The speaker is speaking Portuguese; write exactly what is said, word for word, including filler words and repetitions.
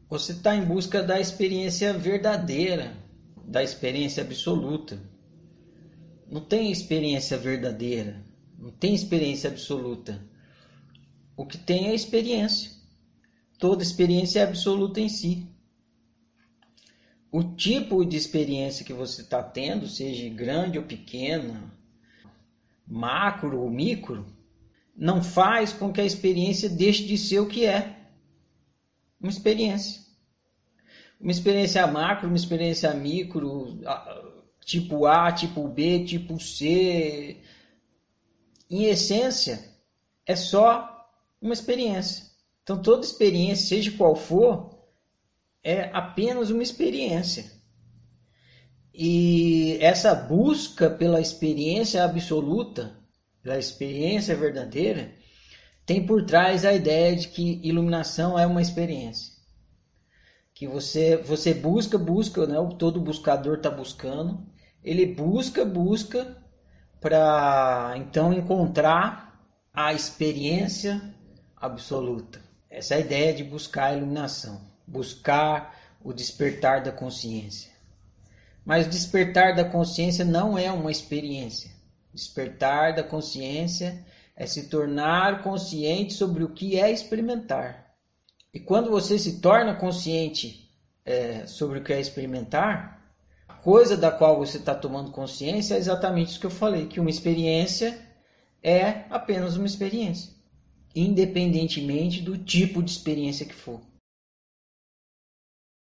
Você está em busca da experiência verdadeira, da experiência absoluta. Não tem experiência verdadeira, não tem experiência absoluta. O que tem é experiência. Toda experiência é absoluta em si. O tipo de experiência que você está tendo, seja grande ou pequena, macro ou micro, não faz com que a experiência deixe de ser o que é. Uma experiência. Uma experiência macro, uma experiência micro, tipo A, tipo B, tipo C. Em essência, é só uma experiência. Então, toda experiência, seja qual for, é apenas uma experiência. E essa busca pela experiência absoluta, pela experiência verdadeira, tem por trás a ideia de que iluminação é uma experiência. Que você, você busca, busca, né? Todo buscador está buscando. Ele busca, busca para então encontrar a experiência absoluta. Essa é a ideia de buscar a iluminação. Buscar o despertar da consciência. Mas despertar da consciência não é uma experiência. Despertar da consciência é se tornar consciente sobre o que é experimentar. E quando você se torna consciente é, sobre o que é experimentar, a coisa da qual você está tomando consciência é exatamente isso que eu falei, que uma experiência é apenas uma experiência, independentemente do tipo de experiência que for.